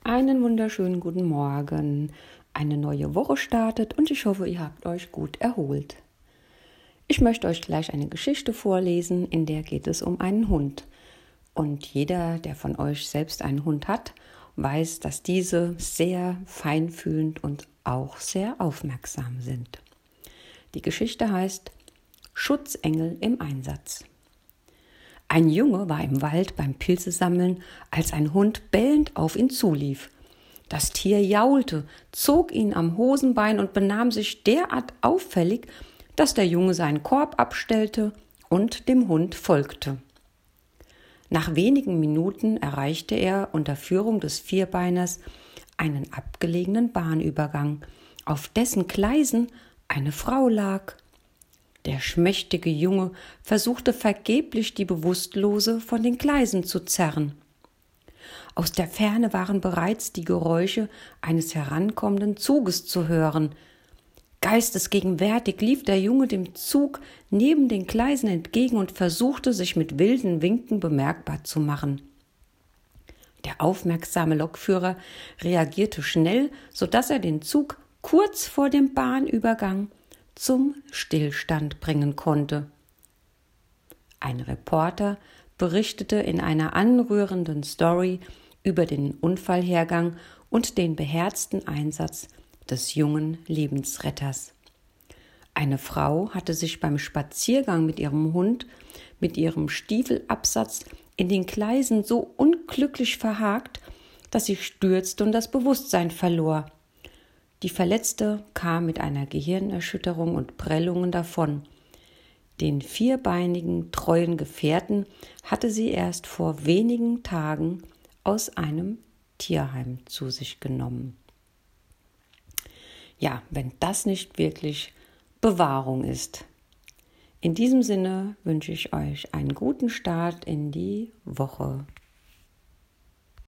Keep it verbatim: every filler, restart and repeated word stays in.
Einen wunderschönen guten Morgen. Eine neue Woche startet und ich hoffe, ihr habt euch gut erholt. Ich möchte euch gleich eine Geschichte vorlesen, in der geht es um einen Hund. Und jeder, der von euch selbst einen Hund hat, weiß, dass diese sehr feinfühlend und auch sehr aufmerksam sind. Die Geschichte heißt Schutzengel im Einsatz. Ein Junge war im Wald beim Pilzesammeln, als ein Hund bellend auf ihn zulief. Das Tier jaulte, zog ihn am Hosenbein und benahm sich derart auffällig, dass der Junge seinen Korb abstellte und dem Hund folgte. Nach wenigen Minuten erreichte er unter Führung des Vierbeiners einen abgelegenen Bahnübergang, auf dessen Gleisen eine Frau lag. Der schmächtige Junge versuchte vergeblich, die Bewusstlose von den Gleisen zu zerren. Aus der Ferne waren bereits die Geräusche eines herankommenden Zuges zu hören. Geistesgegenwärtig lief der Junge dem Zug neben den Gleisen entgegen und versuchte, sich mit wilden Winken bemerkbar zu machen. Der aufmerksame Lokführer reagierte schnell, sodass er den Zug kurz vor dem Bahnübergang zum Stillstand bringen konnte. Ein Reporter berichtete in einer anrührenden Story über den Unfallhergang und den beherzten Einsatz des jungen Lebensretters. Eine Frau hatte sich beim Spaziergang mit ihrem Hund mit ihrem Stiefelabsatz in den Gleisen so unglücklich verhakt, dass sie stürzte und das Bewusstsein verlor. Die Verletzte kam mit einer Gehirnerschütterung und Prellungen davon. Den vierbeinigen, treuen Gefährten hatte sie erst vor wenigen Tagen aus einem Tierheim zu sich genommen. Ja, wenn das nicht wirklich Bewahrung ist. In diesem Sinne wünsche ich euch einen guten Start in die Woche.